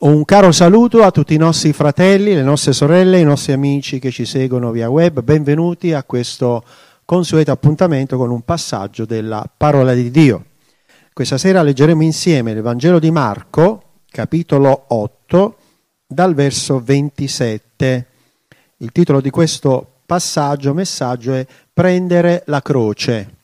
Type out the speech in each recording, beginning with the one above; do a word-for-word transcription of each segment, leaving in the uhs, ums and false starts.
Un caro saluto a tutti i nostri fratelli, le nostre sorelle, i nostri amici che ci seguono via web. Benvenuti a questo consueto appuntamento con un passaggio della parola di Dio. Questa sera leggeremo insieme il Vangelo di Marco, capitolo otto, dal verso ventisette. Il titolo di questo passaggio, messaggio è Prendere la croce.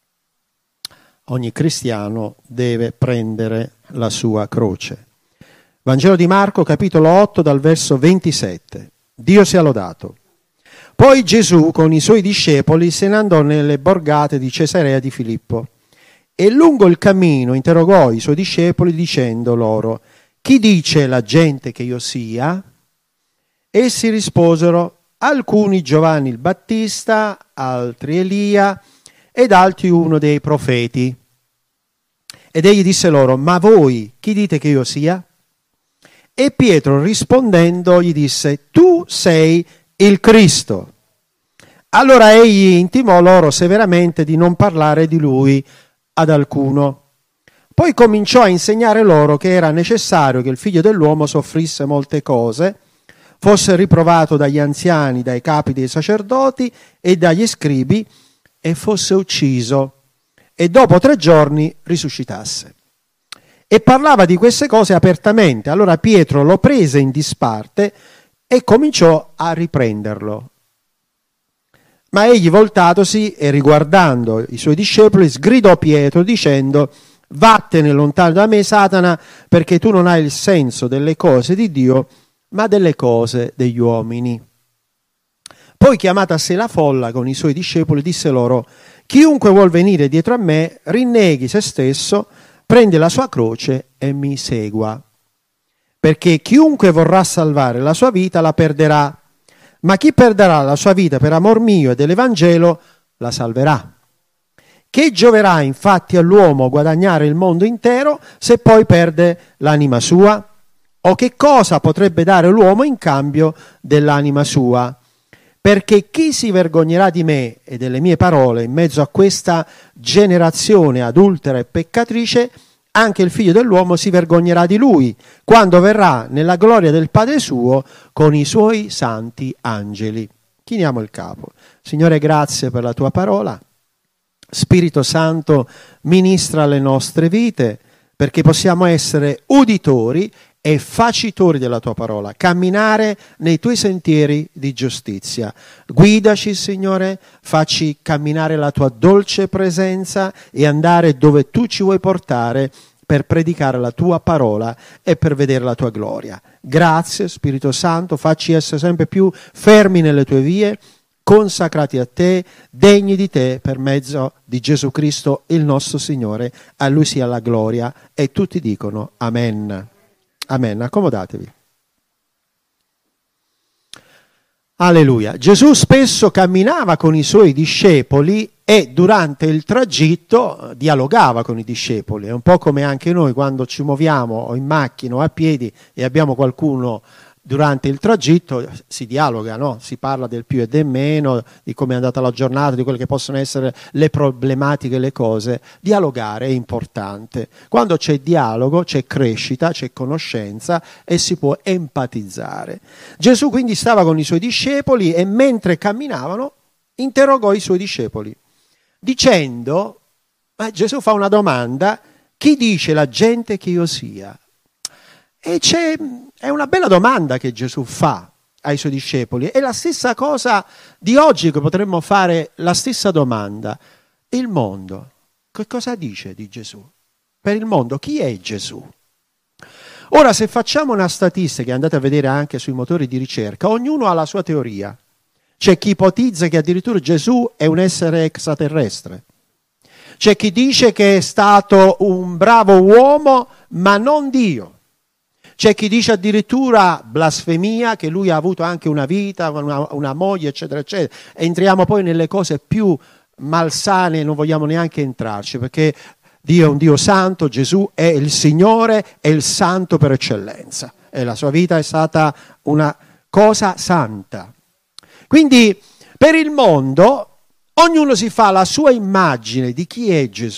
Ogni cristiano deve prendere la sua croce. Vangelo di Marco, capitolo otto, dal verso ventisette. Dio sia lodato. Poi Gesù con i suoi discepoli se ne andò nelle borgate di Cesarea di Filippo e lungo il cammino interrogò i suoi discepoli dicendo loro: chi dice la gente che io sia? Essi risposero: alcuni Giovanni il Battista, altri Elia ed altri uno dei profeti. Ed egli disse loro: ma voi chi dite che io sia? E Pietro rispondendo gli disse: tu sei il Cristo. Allora egli intimò loro severamente di non parlare di lui ad alcuno. Poi cominciò a insegnare loro che era necessario che il figlio dell'uomo soffrisse molte cose, fosse riprovato dagli anziani, dai capi dei sacerdoti e dagli scribi, e fosse ucciso, e dopo tre giorni risuscitasse. E parlava di queste cose apertamente. Allora Pietro lo prese in disparte e cominciò a riprenderlo. Ma egli, voltatosi e riguardando i suoi discepoli, sgridò Pietro dicendo: vattene lontano da me, Satana, perché tu non hai il senso delle cose di Dio, ma delle cose degli uomini. Poi, chiamata a sé la folla con i suoi discepoli, disse loro: chiunque vuol venire dietro a me, rinneghi se stesso, prende la sua croce e mi segua. Perché chiunque vorrà salvare la sua vita la perderà, ma chi perderà la sua vita per amor mio e dell'Evangelo la salverà. Che gioverà infatti all'uomo guadagnare il mondo intero se poi perde l'anima sua? O che cosa potrebbe dare l'uomo in cambio dell'anima sua? Perché chi si vergognerà di me e delle mie parole in mezzo a questa generazione adultera e peccatrice, anche il figlio dell'uomo si vergognerà di lui, quando verrà nella gloria del Padre suo con i suoi santi angeli. Chiniamo il capo. Signore, grazie per la tua parola. Spirito Santo, ministra le nostre vite, perché possiamo essere uditori e facitori della tua parola, camminare nei tuoi sentieri di giustizia. Guidaci, Signore, facci camminare la tua dolce presenza e andare dove tu ci vuoi portare per predicare la tua parola e per vedere la tua gloria. Grazie, Spirito Santo, facci essere sempre più fermi nelle tue vie, consacrati a te, degni di te, per mezzo di Gesù Cristo, il nostro Signore. A Lui sia la gloria, e tutti dicono Amen. Amen, accomodatevi. Alleluia. Gesù spesso camminava con i suoi discepoli e durante il tragitto dialogava con i discepoli. È un po' come anche noi quando ci muoviamo o in macchina o a piedi e abbiamo qualcuno durante il tragitto, si dialoga, no? Si parla del più e del meno, di come è andata la giornata, di quelle che possono essere le problematiche, le cose. Dialogare è importante. Quando c'è dialogo, c'è crescita, c'è conoscenza e si può empatizzare. Gesù quindi stava con i suoi discepoli e mentre camminavano interrogò i suoi discepoli, dicendo, ma Gesù fa una domanda: chi dice la gente che io sia? E c'è, è una bella domanda che Gesù fa ai suoi discepoli. È la stessa cosa di oggi, che potremmo fare la stessa domanda. Il mondo, che cosa dice di Gesù? Per il mondo, chi è Gesù? Ora, se facciamo una statistica, andate a vedere anche sui motori di ricerca, ognuno ha la sua teoria. C'è chi ipotizza che addirittura Gesù è un essere extraterrestre. C'è chi dice che è stato un bravo uomo, ma non Dio. C'è chi dice addirittura blasfemia, che lui ha avuto anche una vita, una, una moglie, eccetera, eccetera. Entriamo poi nelle cose più malsane, non vogliamo neanche entrarci, perché Dio è un Dio santo, Gesù è il Signore, è il santo per eccellenza. E la sua vita è stata una cosa santa. Quindi per il mondo ognuno si fa la sua immagine di chi è Gesù.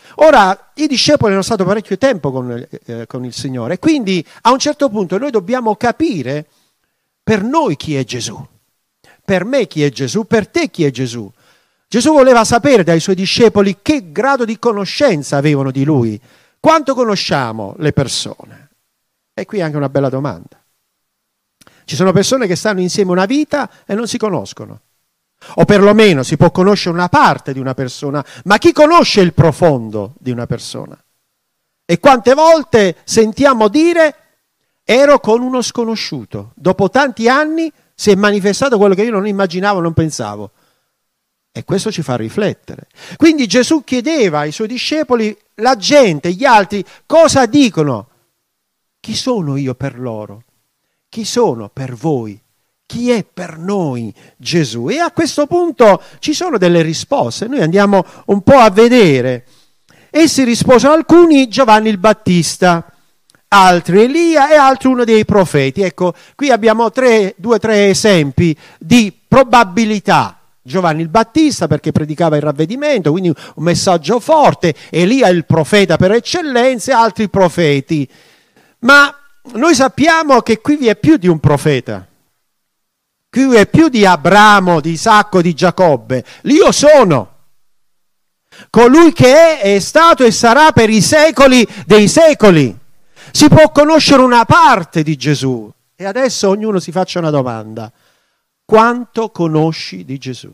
Ora, i discepoli hanno stato parecchio tempo con, eh, con il Signore, quindi a un certo punto noi dobbiamo capire per noi chi è Gesù, per me chi è Gesù, per te chi è Gesù. Gesù voleva sapere dai suoi discepoli che grado di conoscenza avevano di Lui, quanto conosciamo le persone. E qui è anche una bella domanda. Ci sono persone che stanno insieme una vita e non si conoscono. O perlomeno si può conoscere una parte di una persona, ma chi conosce il profondo di una persona? E quante volte sentiamo dire: ero con uno sconosciuto, dopo tanti anni si è manifestato quello che io non immaginavo, non pensavo. E questo ci fa riflettere. Quindi Gesù chiedeva ai suoi discepoli, la gente, gli altri, cosa dicono? Chi sono io per loro? Chi sono per voi? Chi è per noi Gesù? E a questo punto ci sono delle risposte, noi andiamo un po' a vedere. Essi risposero: alcuni Giovanni il Battista, altri Elia e altri uno dei profeti. Ecco, qui abbiamo tre, due o tre esempi di probabilità. Giovanni il Battista perché predicava il ravvedimento, quindi un messaggio forte. Elia il profeta per eccellenza e altri profeti. Ma noi sappiamo che qui vi è più di un profeta. Qui è più di Abramo, di Isacco, di Giacobbe. L'Io sono. Colui che è, è stato e sarà per i secoli dei secoli. Si può conoscere una parte di Gesù. E adesso ognuno si faccia una domanda. Quanto conosci di Gesù?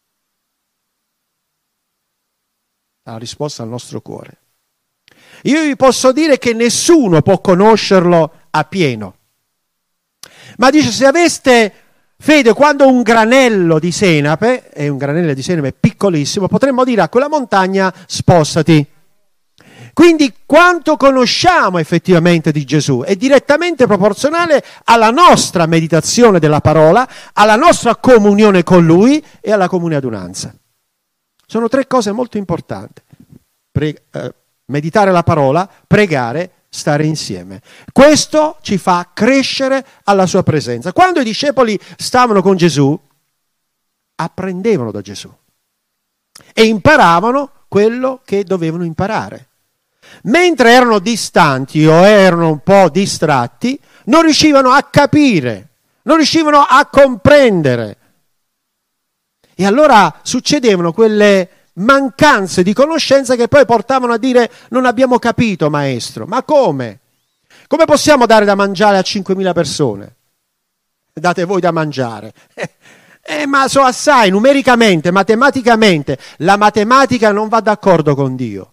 La risposta al nostro cuore. Io vi posso dire che nessuno può conoscerlo a pieno. Ma dice, se aveste fede quando un granello di senape, e un granello di senape piccolissimo, potremmo dire a quella montagna spostati. Quindi quanto conosciamo effettivamente di Gesù è direttamente proporzionale alla nostra meditazione della parola, alla nostra comunione con Lui e alla comune adunanza. Sono tre cose molto importanti. Pre- eh, meditare la parola, pregare, stare insieme. Questo ci fa crescere alla sua presenza. Quando i discepoli stavano con Gesù, apprendevano da Gesù e imparavano quello che dovevano imparare. Mentre erano distanti o erano un po' distratti, non riuscivano a capire, non riuscivano a comprendere. E allora succedevano quelle mancanze di conoscenza che poi portavano a dire: non abbiamo capito, maestro. Ma come? Come possiamo dare da mangiare a cinquemila persone? Date voi da mangiare. Eh, ma so assai, numericamente, matematicamente. La matematica non va d'accordo con Dio.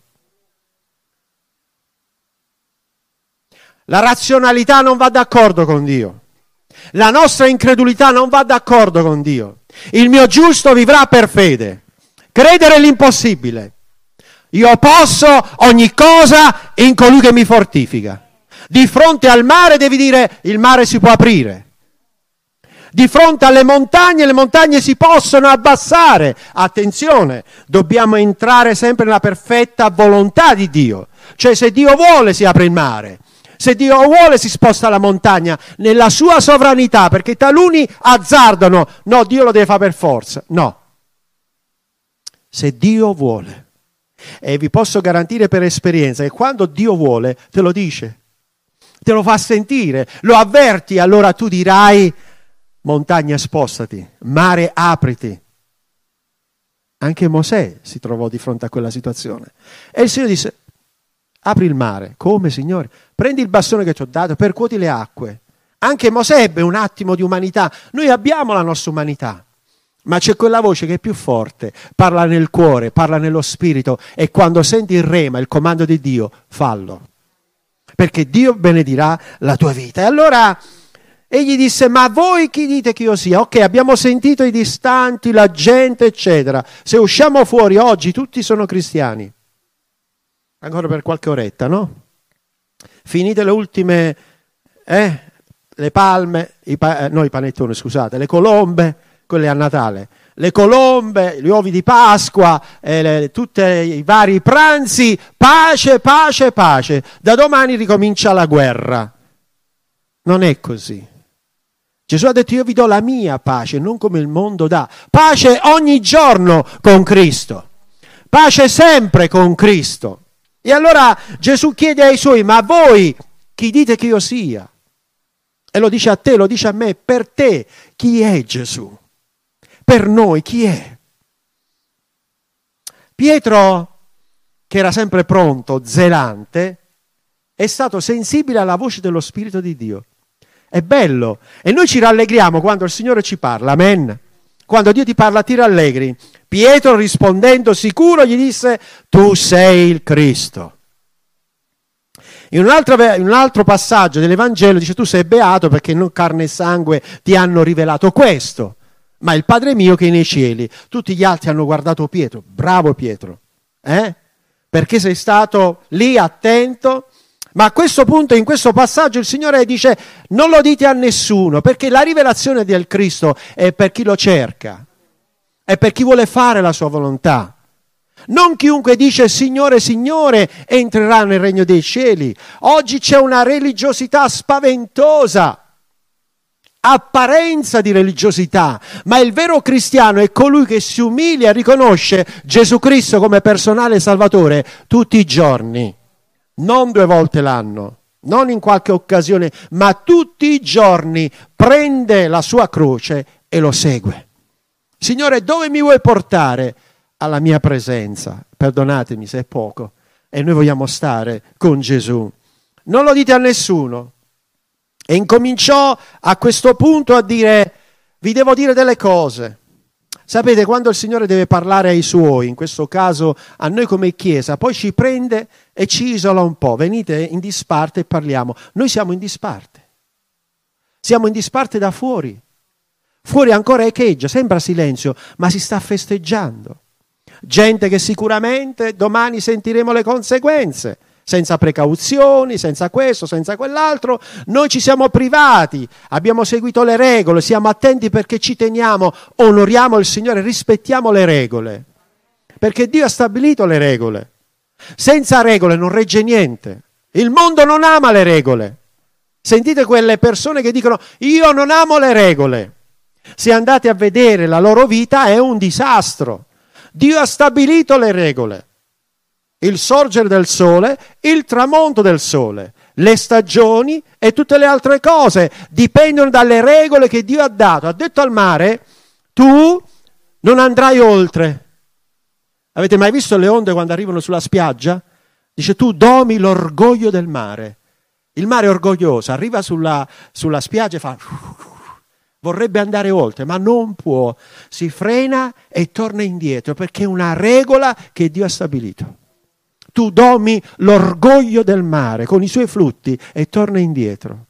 La razionalità non va d'accordo con Dio. La nostra incredulità non va d'accordo con Dio. Il mio giusto vivrà per fede. Credere è l'impossibile. Io posso ogni cosa in colui che mi fortifica. Di fronte al mare devi dire: il mare si può aprire. Di fronte alle montagne, le montagne si possono abbassare. Attenzione, dobbiamo entrare sempre nella perfetta volontà di Dio. Cioè, se Dio vuole si apre il mare. Se Dio vuole si sposta la montagna nella sua sovranità, perché taluni azzardano: no, Dio lo deve fare per forza. No. Se Dio vuole, e vi posso garantire per esperienza che quando Dio vuole te lo dice, te lo fa sentire, lo avverti, allora tu dirai: montagna spostati, mare apriti. Anche Mosè si trovò di fronte a quella situazione e il Signore disse: apri il mare. Come, Signore? Prendi il bastone che ti ho dato, percuoti le acque. Anche Mosè ebbe un attimo di umanità. Noi abbiamo la nostra umanità, ma c'è quella voce che è più forte, parla nel cuore, parla nello spirito, e quando senti il rema, il comando di Dio, fallo, perché Dio benedirà la tua vita. E allora egli disse: ma voi chi dite che io sia? Ok, abbiamo sentito i distanti, la gente, eccetera. Se usciamo fuori oggi, tutti sono cristiani. Ancora per qualche oretta, no? Finite le ultime, eh, le palme, i pa- no i panettoni, scusate, le colombe, quelle a Natale, le colombe, gli uovi di Pasqua, eh, le, tutti i vari pranzi, pace, pace, pace. Da domani ricomincia la guerra. Non è così. Gesù ha detto: io vi do la mia pace, non come il mondo dà. Pace ogni giorno con Cristo. Pace sempre con Cristo. E allora Gesù chiede ai suoi, ma voi chi dite che io sia? E lo dice a te, lo dice a me, per te chi è Gesù? Per noi chi è? Pietro, che era sempre pronto, zelante, è stato sensibile alla voce dello Spirito di Dio. È bello. E noi ci rallegriamo quando il Signore ci parla, amen. Quando Dio ti parla ti rallegri. Pietro, rispondendo sicuro, gli disse, tu sei il Cristo. In un altro, in un altro passaggio dell'Evangelo dice, tu sei beato perché non carne e sangue ti hanno rivelato questo, ma il Padre mio che è nei cieli. Tutti gli altri hanno guardato Pietro. Bravo Pietro. Eh? Perché sei stato lì attento. Ma a questo punto, in questo passaggio, il Signore dice, non lo dite a nessuno, perché la rivelazione del Cristo è per chi lo cerca, è per chi vuole fare la sua volontà. Non chiunque dice Signore, Signore, entrerà nel regno dei cieli. Oggi c'è una religiosità spaventosa, apparenza di religiosità, ma il vero cristiano è colui che si umilia e riconosce Gesù Cristo come personale Salvatore tutti i giorni. Non due volte l'anno, non in qualche occasione, ma tutti i giorni prende la sua croce e lo segue. Signore, dove mi vuoi portare? Alla mia presenza. Perdonatemi se è poco. E noi vogliamo stare con Gesù. Non lo dite a nessuno. E incominciò a questo punto a dire, vi devo dire delle cose. Sapete, quando il Signore deve parlare ai Suoi, in questo caso a noi come Chiesa, poi ci prende e ci isola un po'. Venite in disparte e parliamo. Noi siamo in disparte. Siamo in disparte da fuori. Fuori ancora echeggia, sembra silenzio, ma si sta festeggiando. Gente che sicuramente domani sentiremo le conseguenze. Senza precauzioni, senza questo, senza quell'altro. Noi ci siamo privati, abbiamo seguito le regole, siamo attenti perché ci teniamo, onoriamo il Signore, rispettiamo le regole. Perché Dio ha stabilito le regole. Senza regole non regge niente. Il mondo non ama le regole. Sentite quelle persone che dicono io non amo le regole. Se andate a vedere la loro vita è un disastro. Dio ha stabilito le regole. Il sorgere del sole, il tramonto del sole, le stagioni e tutte le altre cose dipendono dalle regole che Dio ha dato. Ha detto al mare, tu non andrai oltre. Avete mai visto le onde quando arrivano sulla spiaggia? Dice, tu domi l'orgoglio del mare. Il mare è orgoglioso, arriva sulla, sulla spiaggia e fa... vorrebbe andare oltre, ma non può. Si frena e torna indietro perché è una regola che Dio ha stabilito. Tu domi l'orgoglio del mare con i suoi flutti e torna indietro.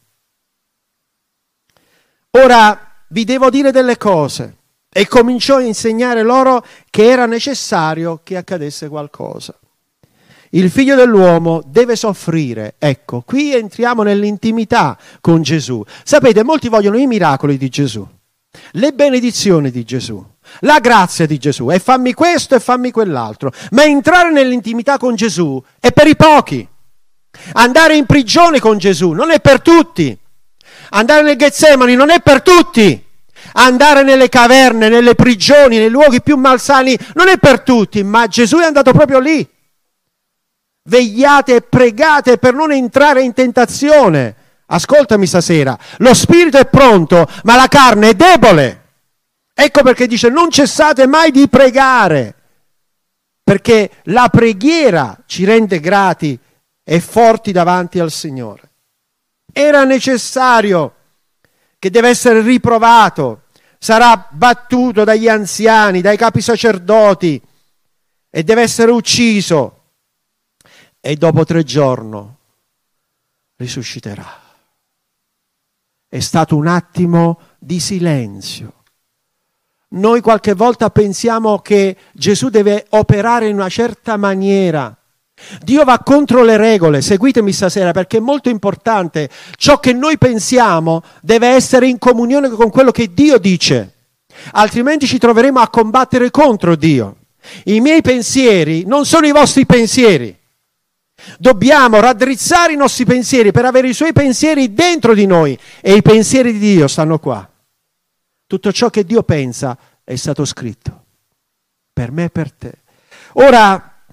Ora vi devo dire delle cose. E cominciò a insegnare loro che era necessario che accadesse qualcosa. Il figlio dell'uomo deve soffrire. Ecco, qui entriamo nell'intimità con Gesù. Sapete, molti vogliono i miracoli di Gesù, le benedizioni di Gesù, la grazia di Gesù, e fammi questo e fammi quell'altro. Ma entrare nell'intimità con Gesù è per i pochi. Andare in prigione con Gesù non è per tutti. Andare nel Getsemani non è per tutti. Andare nelle caverne, nelle prigioni, nei luoghi più malsani non è per tutti, ma Gesù è andato proprio lì. Vegliate e pregate per non entrare in tentazione. Ascoltami stasera, lo spirito è pronto, ma la carne è debole. Ecco perché dice non cessate mai di pregare, perché la preghiera ci rende grati e forti davanti al Signore. Era necessario, che deve essere riprovato, sarà battuto dagli anziani, dai capi sacerdoti e deve essere ucciso. E dopo tre giorni risusciterà. È stato un attimo di silenzio. Noi qualche volta pensiamo che Gesù deve operare in una certa maniera. Dio va contro le regole, seguitemi stasera perché è molto importante. Ciò che noi pensiamo deve essere in comunione con quello che Dio dice, altrimenti ci troveremo a combattere contro Dio. I miei pensieri non sono i vostri pensieri. Dobbiamo raddrizzare i nostri pensieri per avere i suoi pensieri dentro di noi, e i pensieri di Dio stanno qua. Tutto ciò che Dio pensa è stato scritto per me e per te. Ora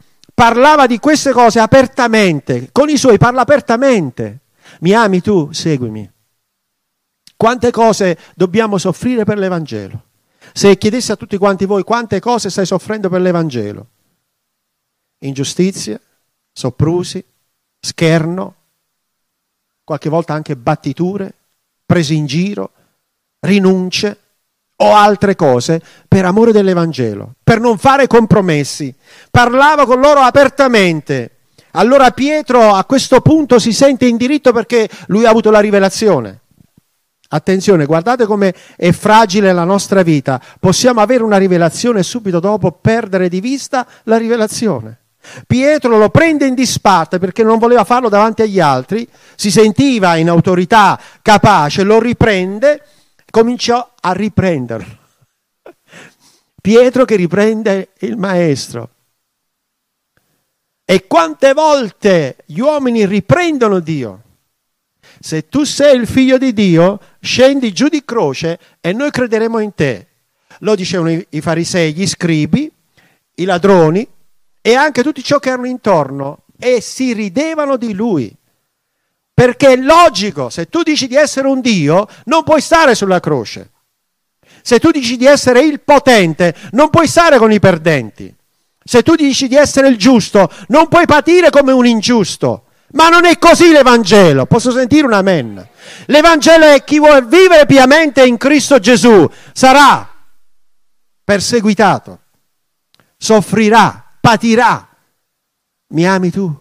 parlava di queste cose apertamente, con i suoi parla apertamente. Mi ami tu? Seguimi. Quante cose dobbiamo soffrire per l'Evangelo? Se chiedessi a tutti quanti voi quante cose stai soffrendo per l'Evangelo? Ingiustizie, soprusi, scherno, qualche volta anche battiture, presi in giro, rinunce o altre cose per amore dell'Evangelo, per non fare compromessi. Parlava con loro apertamente. Allora Pietro a questo punto si sente in diritto perché lui ha avuto la rivelazione. Attenzione, guardate come è fragile la nostra vita. Possiamo avere una rivelazione e subito dopo perdere di vista la rivelazione. Pietro lo prende in disparte perché non voleva farlo davanti agli altri, si sentiva in autorità capace, lo riprende, cominciò a riprenderlo. Pietro che riprende il maestro. E quante volte gli uomini riprendono Dio? Se tu sei il figlio di Dio, scendi giù di croce e noi crederemo in te. Lo dicevano i, i farisei, gli scribi, i ladroni e anche tutti ciò che erano intorno e si ridevano di lui. Perché è logico, se tu dici di essere un Dio, non puoi stare sulla croce. Se tu dici di essere il potente, non puoi stare con i perdenti. Se tu dici di essere il giusto, non puoi patire come un ingiusto. Ma non è così l'Evangelo. Posso sentire un amen? L'Evangelo è chi vuole vivere piamente in Cristo Gesù sarà perseguitato, soffrirà, patirà. Mi ami tu?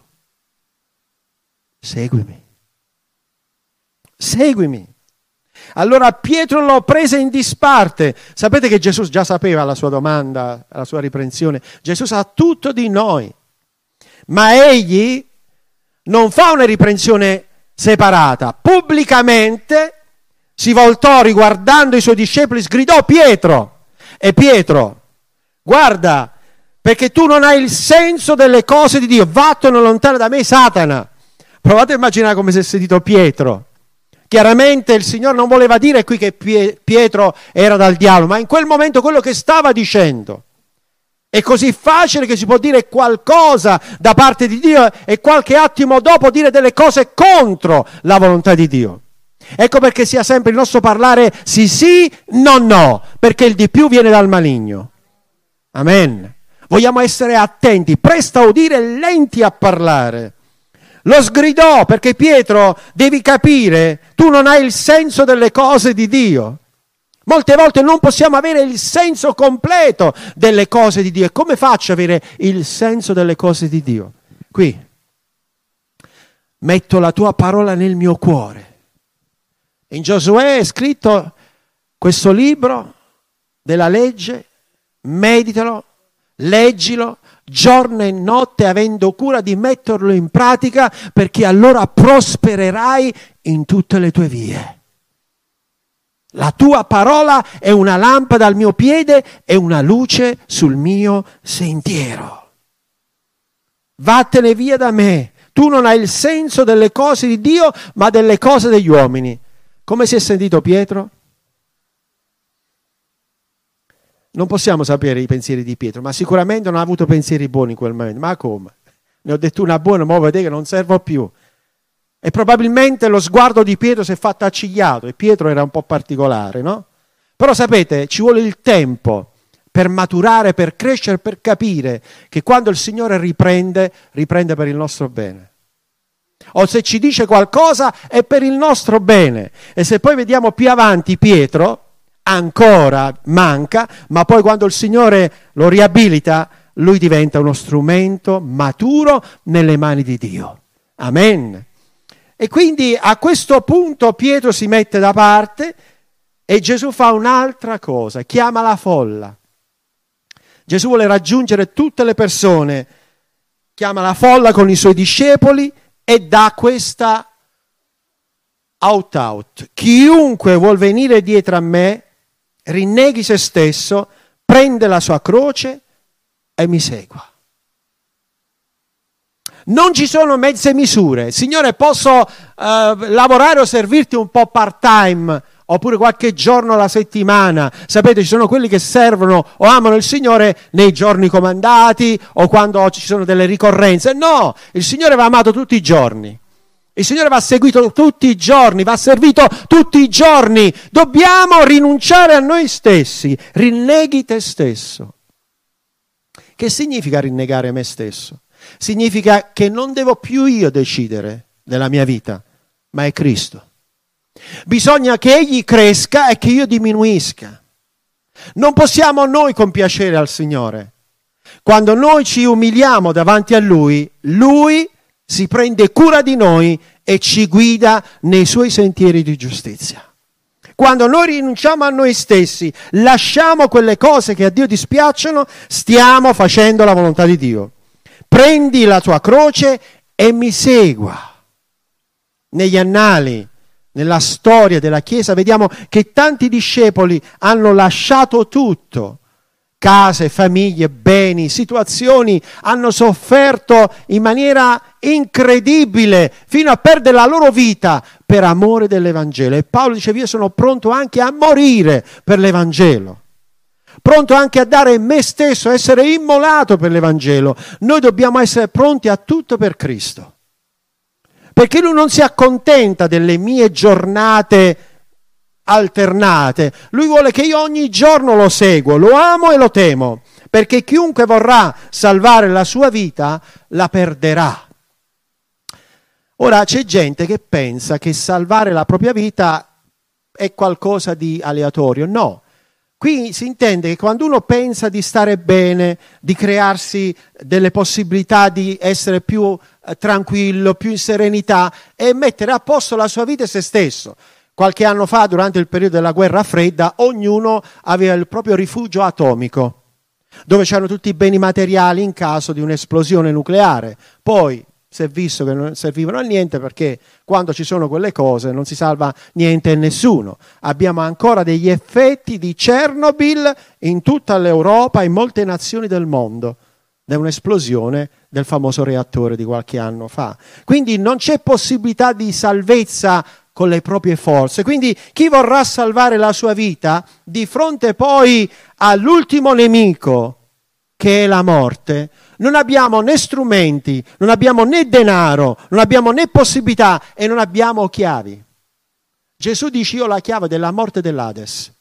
Seguimi. Seguimi. Allora Pietro lo prese in disparte. Sapete che Gesù già sapeva la sua domanda, la sua riprensione. Gesù sa tutto di noi. Ma egli non fa una riprensione separata. Pubblicamente si voltò, riguardando i suoi discepoli, sgridò Pietro. E Pietro, guarda, perché tu non hai il senso delle cose di Dio. Vattene lontano da me, Satana. Provate a immaginare come si è sentito Pietro. Chiaramente il Signore non voleva dire qui che Pietro era dal diavolo, ma in quel momento quello che stava dicendo. È così facile che si può dire qualcosa da parte di Dio e qualche attimo dopo dire delle cose contro la volontà di Dio. Ecco perché sia sempre il nostro parlare sì sì, no no, perché il di più viene dal maligno. Amen. Vogliamo essere attenti, presto a udire e lenti a parlare. Lo sgridò perché Pietro, devi capire, tu non hai il senso delle cose di Dio. Molte volte non possiamo avere il senso completo delle cose di Dio. E come faccio ad avere il senso delle cose di Dio? Qui, metto la tua parola nel mio cuore. In Giosuè è scritto questo libro della legge, meditalo, leggilo, giorno e notte, avendo cura di metterlo in pratica, perché allora prospererai in tutte le tue vie. La tua parola è una lampada al mio piede e una luce sul mio sentiero. Vattene via da me. Tu non hai il senso delle cose di Dio, ma delle cose degli uomini. Come si è sentito Pietro? Non possiamo sapere i pensieri di Pietro, ma sicuramente non ha avuto pensieri buoni in quel momento. Ma come? Ne ho detto una buona, ma vedete che non servo più. E probabilmente lo sguardo di Pietro si è fatto accigliato, e Pietro era un po' particolare, no? Però sapete, ci vuole il tempo per maturare, per crescere, per capire che quando il Signore riprende, riprende per il nostro bene. O se ci dice qualcosa è per il nostro bene. E se poi vediamo più avanti Pietro, ancora manca, ma poi quando il Signore lo riabilita, lui diventa uno strumento maturo nelle mani di Dio. Amen. E quindi a questo punto Pietro si mette da parte e Gesù fa un'altra cosa, chiama la folla. Gesù vuole raggiungere tutte le persone, chiama la folla con i suoi discepoli e dà questa out out. Chiunque vuol venire dietro a me, rinneghi se stesso, prende la sua croce e mi segua. Non ci sono mezze misure. Signore, posso uh, lavorare o servirti un po' part time oppure qualche giorno alla settimana. Sapete, ci sono quelli che servono o amano il Signore nei giorni comandati o quando ci sono delle ricorrenze. No, il Signore va amato tutti i giorni. Il Signore va seguito tutti i giorni, va servito tutti i giorni. Dobbiamo rinunciare a noi stessi. Rinneghi te stesso. Che significa rinnegare me stesso? Significa che non devo più io decidere della mia vita, ma è Cristo. Bisogna che Egli cresca e che io diminuisca. Non possiamo noi compiacere al Signore. Quando noi ci umiliamo davanti a Lui, Lui si prende cura di noi e ci guida nei Suoi sentieri di giustizia. Quando noi rinunciamo a noi stessi, lasciamo quelle cose che a Dio dispiacciono, stiamo facendo la volontà di Dio. Prendi la tua croce e mi segua. Negli annali, nella storia della Chiesa, vediamo che tanti discepoli hanno lasciato tutto. Case, famiglie, beni, situazioni, hanno sofferto in maniera incredibile fino a perdere la loro vita per amore dell'Evangelo. E Paolo dice: io sono pronto anche a morire per l'Evangelo, pronto anche a dare me stesso, a essere immolato per l'Evangelo. Noi dobbiamo essere pronti a tutto per Cristo, perché Lui non si accontenta delle mie giornate alternate. Lui vuole che io ogni giorno lo seguo, lo amo e lo temo, perché chiunque vorrà salvare la sua vita la perderà. Ora, c'è gente che pensa che salvare la propria vita è qualcosa di aleatorio. No, qui si intende che quando uno pensa di stare bene, di crearsi delle possibilità di essere più eh, tranquillo, più in serenità e mettere a posto la sua vita e se stesso. Qualche anno fa, durante il periodo della guerra fredda, ognuno aveva il proprio rifugio atomico, dove c'erano tutti i beni materiali in caso di un'esplosione nucleare. Poi si è visto che non servivano a niente, perché quando ci sono quelle cose non si salva niente e nessuno. Abbiamo ancora degli effetti di Chernobyl in tutta l'Europa e in molte nazioni del mondo, da un'esplosione del famoso reattore di qualche anno fa. Quindi non c'è possibilità di salvezza con le proprie forze. Quindi chi vorrà salvare la sua vita di fronte poi all'ultimo nemico, che è la morte, non abbiamo né strumenti, non abbiamo né denaro, non abbiamo né possibilità e non abbiamo chiavi. Gesù dice: io ho la chiave della morte e dell'Ades.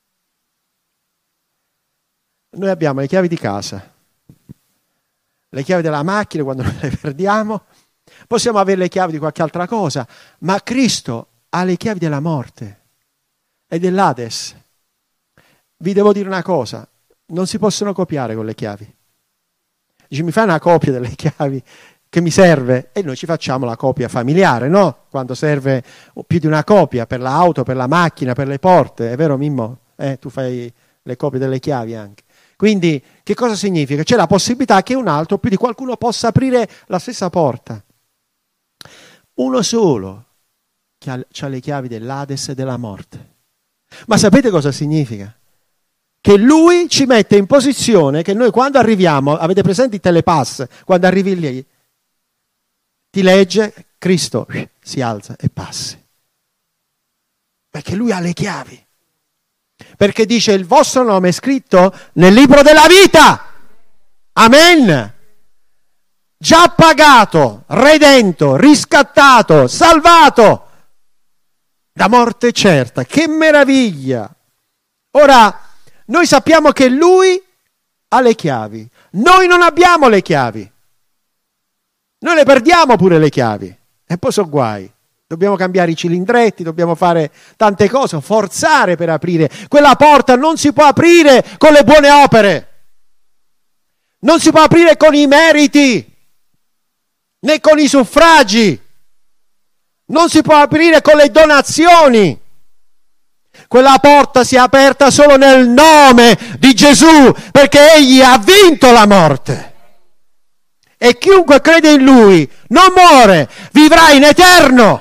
Noi abbiamo le chiavi di casa, le chiavi della macchina quando noi le perdiamo, possiamo avere le chiavi di qualche altra cosa, ma Cristo ha le chiavi della morte e dell'Ades. Vi devo dire una cosa: non si possono copiare con le chiavi. Dice: mi fai una copia delle chiavi che mi serve? E noi ci facciamo la copia familiare, no? Quando serve più di una copia, per l'auto, per la macchina, per le porte. È vero, Mimmo? Eh, tu fai le copie delle chiavi anche. Quindi che cosa significa? C'è la possibilità che un altro, più di qualcuno, possa aprire la stessa porta. Uno solo che ha, ha le chiavi dell'Ades e della morte. Ma sapete cosa significa? Che Lui ci mette in posizione che noi, quando arriviamo, avete presente i telepass, quando arrivi lì, ti legge, Cristo si alza e passi. Perché Lui ha le chiavi. Perché dice: il vostro nome è scritto nel libro della vita. Amen. Già pagato, redento, riscattato, salvato da morte certa. Che meraviglia! Ora, noi sappiamo che Lui ha le chiavi. Noi non abbiamo le chiavi. Noi le perdiamo pure le chiavi. E poi sono guai. Dobbiamo cambiare i cilindretti, dobbiamo fare tante cose, forzare per aprire. Quella porta non si può aprire con le buone opere. Non si può aprire con i meriti, né con i suffragi. Non si può aprire con le donazioni. Quella porta si è aperta solo nel nome di Gesù, perché Egli ha vinto la morte. E chiunque crede in Lui non muore, vivrà in eterno.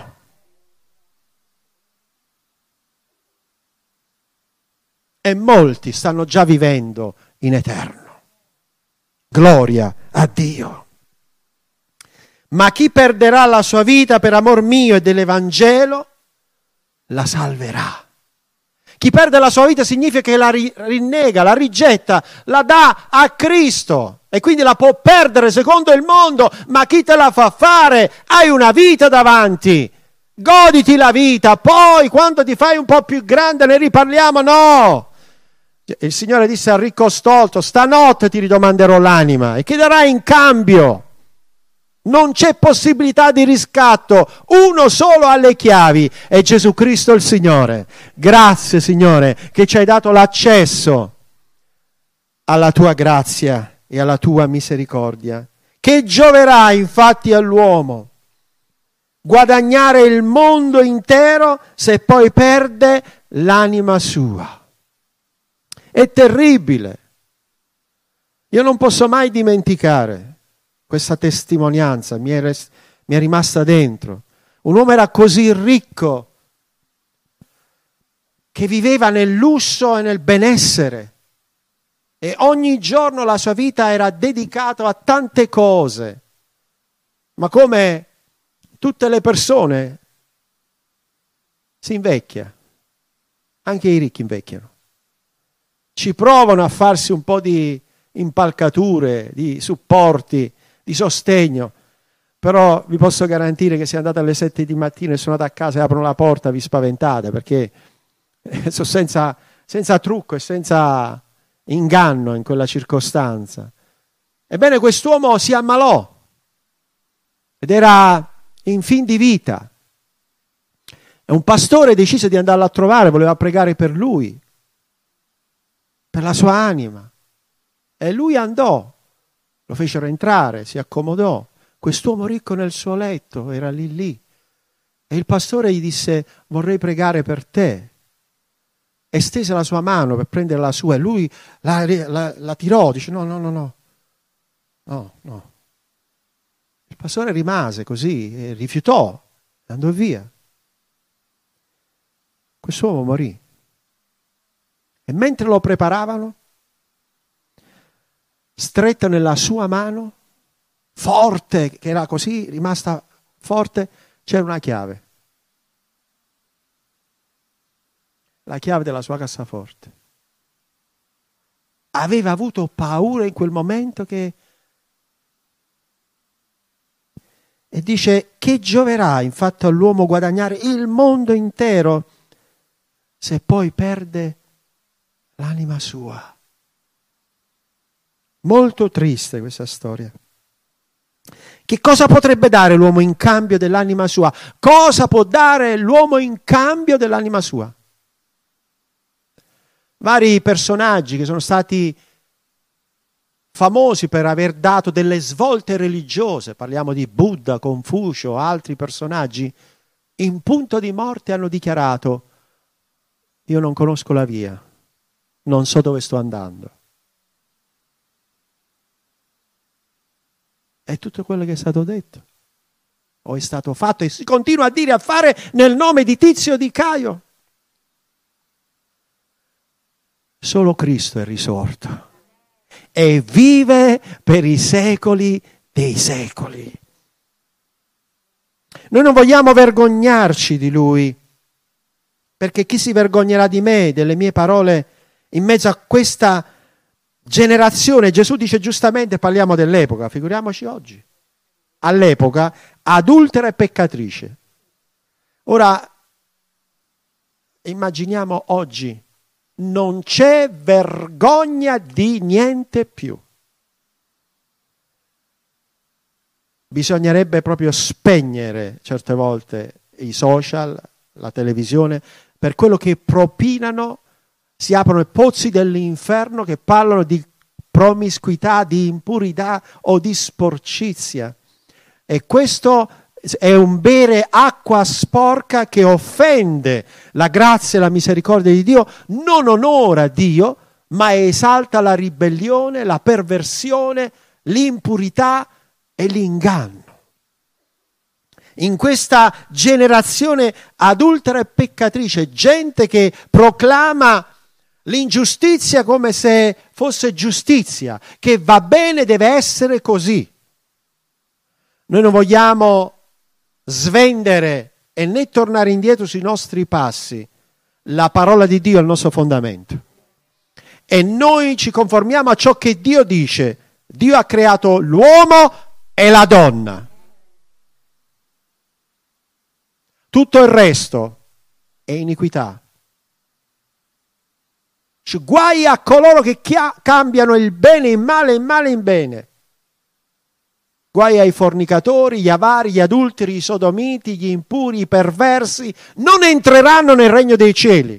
E molti stanno già vivendo in eterno. Gloria a Dio. Ma chi perderà la sua vita per amor mio e dell'Evangelo, la salverà. Chi perde la sua vita significa che la ri- rinnega, la rigetta, la dà a Cristo e quindi la può perdere secondo il mondo, ma chi te la fa fare? Hai una vita davanti, goditi la vita, poi quando ti fai un po' più grande ne riparliamo. No! Il Signore disse al ricco stolto: stanotte ti ridomanderò l'anima e che darai in cambio? Non c'è possibilità di riscatto, uno solo ha le chiavi, è Gesù Cristo il Signore. Grazie Signore che ci hai dato l'accesso alla tua grazia e alla tua misericordia. Che gioverà infatti all'uomo guadagnare il mondo intero se poi perde l'anima sua? È terribile. Io non posso mai dimenticare questa testimonianza, mi è, res- mi è rimasta dentro. Un uomo era così ricco che viveva nel lusso e nel benessere e ogni giorno la sua vita era dedicata a tante cose, ma come tutte le persone si invecchia, anche i ricchi invecchiano, ci provano a farsi un po' di impalcature, di supporti, di sostegno, però vi posso garantire che se andate alle sette di mattina e suonate a casa e aprono la porta vi spaventate, perché sono senza, senza trucco e senza inganno in quella circostanza. Ebbene, quest'uomo si ammalò ed era in fin di vita e un pastore decise di andarlo a trovare, voleva pregare per lui, per la sua anima, e lui andò. Lo fecero entrare, si accomodò. Quest'uomo ricco nel suo letto era lì lì. E il pastore gli disse: vorrei pregare per te. E stese la sua mano per prendere la sua e lui la, la, la tirò. Dice: no, no, no, no. No, no. Il pastore rimase così, e rifiutò, andò via. Quest'uomo morì. E mentre lo preparavano, stretto nella sua mano, forte, che era così, rimasta forte, c'era una chiave. La chiave della sua cassaforte. Aveva avuto paura in quel momento che... E dice: che gioverà infatti all'uomo guadagnare il mondo intero se poi perde l'anima sua? Molto triste questa storia. Che cosa potrebbe dare l'uomo in cambio dell'anima sua? Cosa può dare l'uomo in cambio dell'anima sua? Vari personaggi che sono stati famosi per aver dato delle svolte religiose, parliamo di Buddha, Confucio, altri personaggi, in punto di morte hanno dichiarato: io non conosco la via, non so dove sto andando. È tutto quello che è stato detto o è stato fatto e si continua a dire, a fare nel nome di Tizio e di Caio. Solo Cristo è risorto e vive per i secoli dei secoli. Noi non vogliamo vergognarci di Lui, perché chi si vergognerà di me, delle mie parole, in mezzo a questa generazione? Gesù dice giustamente, parliamo dell'epoca, figuriamoci oggi. All'epoca, adultera e peccatrice. Ora, immaginiamo oggi, non c'è vergogna di niente più. Bisognerebbe proprio spegnere certe volte i social, la televisione, per quello che propinano. Si aprono i pozzi dell'inferno che parlano di promiscuità, di impurità o di sporcizia. E questo è un bere acqua sporca che offende la grazia e la misericordia di Dio, non onora Dio, ma esalta la ribellione, la perversione, l'impurità e l'inganno. In questa generazione adultera e peccatrice, gente che proclama l'ingiustizia come se fosse giustizia, che va bene, deve essere così. Noi non vogliamo svendere e né tornare indietro sui nostri passi. La parola di Dio è il nostro fondamento. E noi ci conformiamo a ciò che Dio dice. Dio ha creato l'uomo e la donna. Tutto il resto è iniquità. Cioè, guai a coloro che chia- cambiano il bene in male e il male in bene. Guai ai fornicatori, gli avari, gli adulteri, i sodomiti, gli impuri, i perversi, non entreranno nel regno dei cieli.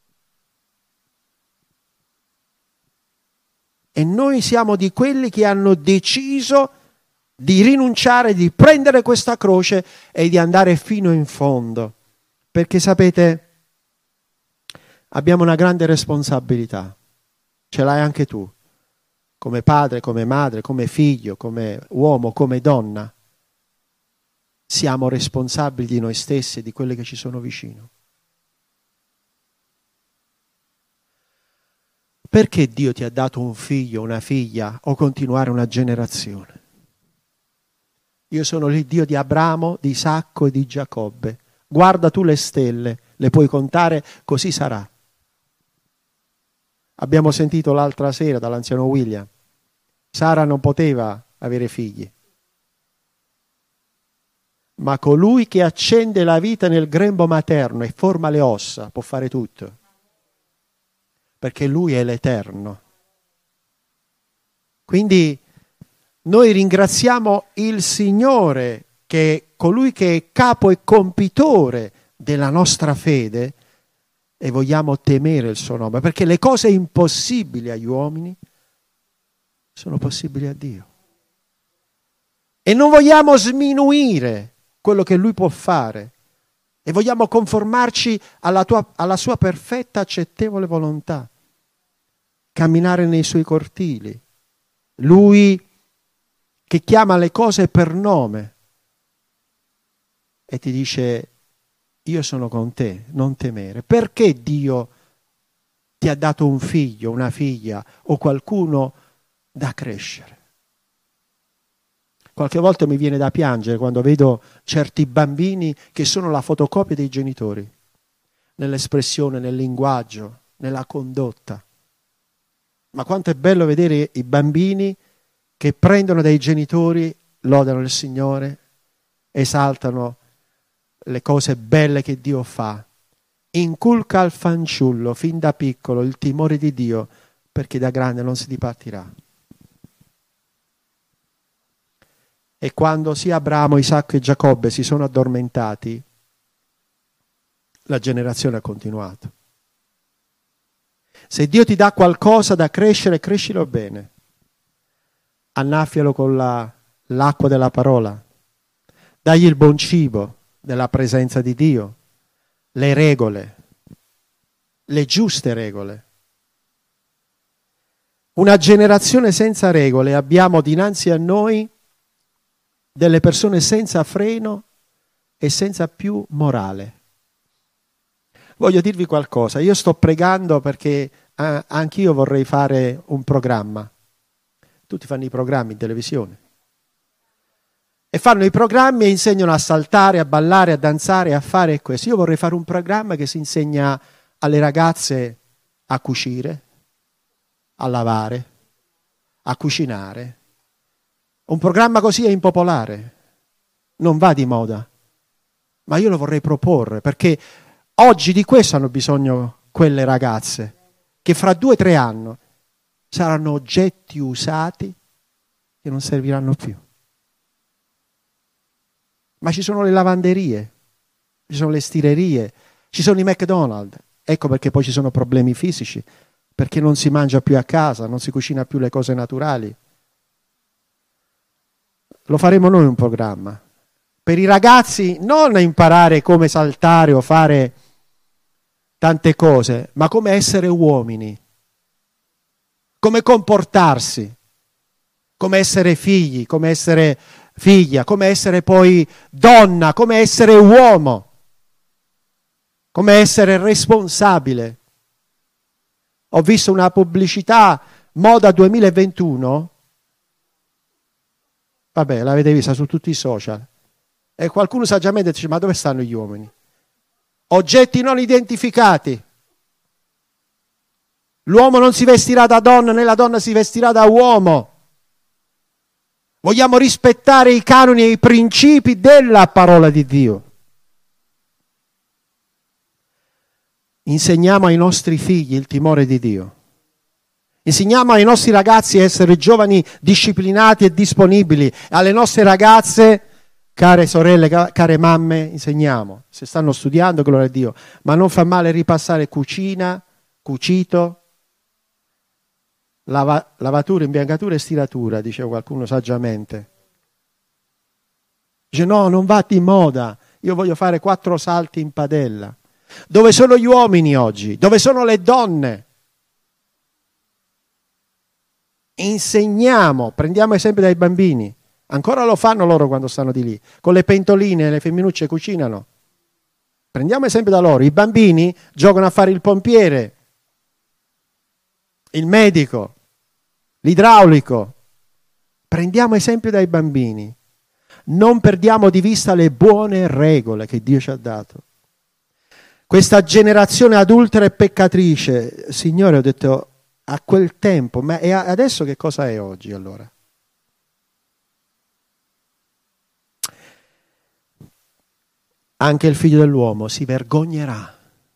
E noi siamo di quelli che hanno deciso di rinunciare, di prendere questa croce e di andare fino in fondo. Perché sapete, abbiamo una grande responsabilità. Ce l'hai anche tu. Come padre, come madre, come figlio, come uomo, come donna, siamo responsabili di noi stessi e di quelli che ci sono vicino. Perché Dio ti ha dato un figlio, una figlia o continuare una generazione? Io sono il Dio di Abramo, di Isacco e di Giacobbe. Guarda tu le stelle, le puoi contare, così sarà. Abbiamo sentito l'altra sera dall'anziano William, Sara non poteva avere figli, ma colui che accende la vita nel grembo materno e forma le ossa può fare tutto, perché lui è l'Eterno. Quindi noi ringraziamo il Signore, che è colui che è capo e compitore della nostra fede, e vogliamo temere il suo nome, perché le cose impossibili agli uomini sono possibili a Dio. E non vogliamo sminuire quello che Lui può fare, e vogliamo conformarci alla, tua, alla sua perfetta accettevole volontà, camminare nei suoi cortili. Lui che chiama le cose per nome e ti dice: io sono con te, non temere. Perché Dio ti ha dato un figlio, una figlia o qualcuno da crescere? Qualche volta mi viene da piangere quando vedo certi bambini che sono la fotocopia dei genitori, nell'espressione, nel linguaggio, nella condotta. Ma quanto è bello vedere i bambini che prendono dai genitori, lodano il Signore, esaltano le cose belle che Dio fa. Inculca al fanciullo fin da piccolo il timore di Dio, perché da grande non si dipartirà. E quando sia Abramo, Isacco e Giacobbe si sono addormentati, la generazione ha continuato. Se Dio ti dà qualcosa da crescere, crescilo bene. Annaffialo con la, l'acqua della parola. Dagli il buon cibo della presenza di Dio, le regole, le giuste regole. Una generazione senza regole, abbiamo dinanzi a noi delle persone senza freno e senza più morale. Voglio dirvi qualcosa, io sto pregando perché eh, anch'io vorrei fare un programma. Tutti fanno i programmi in televisione. E fanno i programmi e insegnano a saltare, a ballare, a danzare, a fare questo. Io vorrei fare un programma che si insegna alle ragazze a cucire, a lavare, a cucinare. Un programma così è impopolare, non va di moda, ma io lo vorrei proporre, perché oggi di questo hanno bisogno quelle ragazze, che fra due o tre anni saranno oggetti usati che non serviranno più. Ma ci sono le lavanderie, ci sono le stirerie, ci sono i McDonald's. Ecco perché poi ci sono problemi fisici, perché non si mangia più a casa, non si cucina più le cose naturali. Lo faremo noi un programma. Per i ragazzi non a imparare come saltare o fare tante cose, ma come essere uomini, come comportarsi, come essere figli, come essere figlia, come essere poi donna, come essere uomo, come essere responsabile. Ho visto una pubblicità Moda duemilaventuno, vabbè, l'avete vista su tutti i social, e qualcuno saggiamente dice: ma dove stanno gli uomini? Oggetti non identificati, L'uomo non si vestirà da donna, né la donna si vestirà da uomo. Vogliamo rispettare i canoni e i principi della parola di Dio. Insegniamo ai nostri figli il timore di Dio. Insegniamo ai nostri ragazzi a essere giovani disciplinati e disponibili. Alle nostre ragazze, care sorelle, care mamme, insegniamo. Se stanno studiando, gloria a Dio. Ma non fa male ripassare cucina, cucito, lava, lavatura, imbiancatura e stiratura, diceva qualcuno saggiamente. Dice no, non va di moda. Io voglio fare quattro salti in padella. Dove sono gli uomini oggi? Dove sono le donne? Insegniamo, prendiamo esempio dai bambini. Ancora lo fanno loro quando stanno di lì. Con le pentoline le femminucce cucinano. Prendiamo esempio da loro. I bambini giocano a fare il pompiere, il medico, l'idraulico. Prendiamo esempio dai bambini. Non perdiamo di vista le buone regole che Dio ci ha dato. Questa generazione adultera e peccatrice, Signore, ho detto a quel tempo, ma e adesso che cosa è oggi allora? Anche il figlio dell'uomo si vergognerà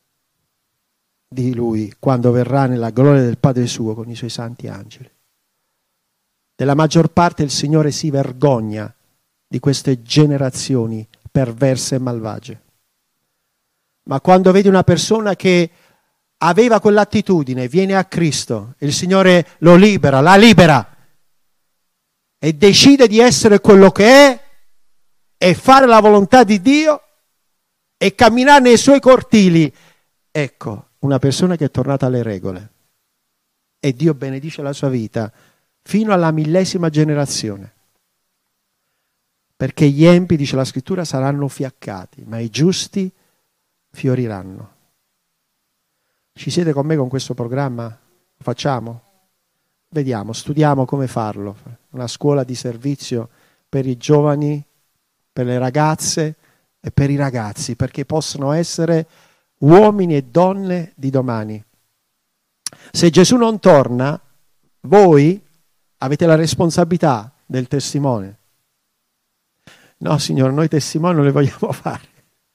di lui quando verrà nella gloria del Padre suo con i suoi santi angeli. Della maggior parte il Signore si vergogna di queste generazioni perverse e malvagie. Ma quando vedi una persona che aveva quell'attitudine, viene a Cristo, il Signore lo libera, la libera e decide di essere quello che è e fare la volontà di Dio e camminare nei suoi cortili. Ecco, una persona che è tornata alle regole e Dio benedice la sua vita fino alla millesima generazione. Perché gli empi, dice la scrittura, saranno fiaccati, ma i giusti fioriranno. Ci siete con me con questo programma? Lo facciamo? Vediamo, studiamo come farlo. Una scuola di servizio per i giovani, per le ragazze e per i ragazzi, perché possono essere uomini e donne di domani. Se Gesù non torna, voi avete la responsabilità del testimone. No, Signore, noi testimoni non le vogliamo fare.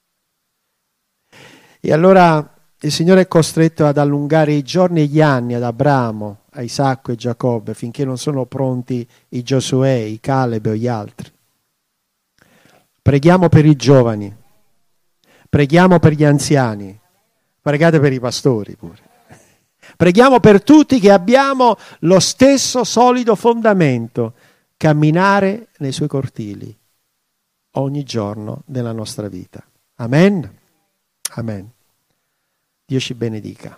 E allora il Signore è costretto ad allungare i giorni e gli anni ad Abramo, a Isacco e Giacobbe, finché non sono pronti i Giosuè, i Caleb o gli altri. Preghiamo per i giovani, preghiamo per gli anziani, pregate per i pastori pure. Preghiamo per tutti che abbiamo lo stesso solido fondamento, camminare nei suoi cortili ogni giorno della nostra vita. Amen. Amen. Dio ci benedica.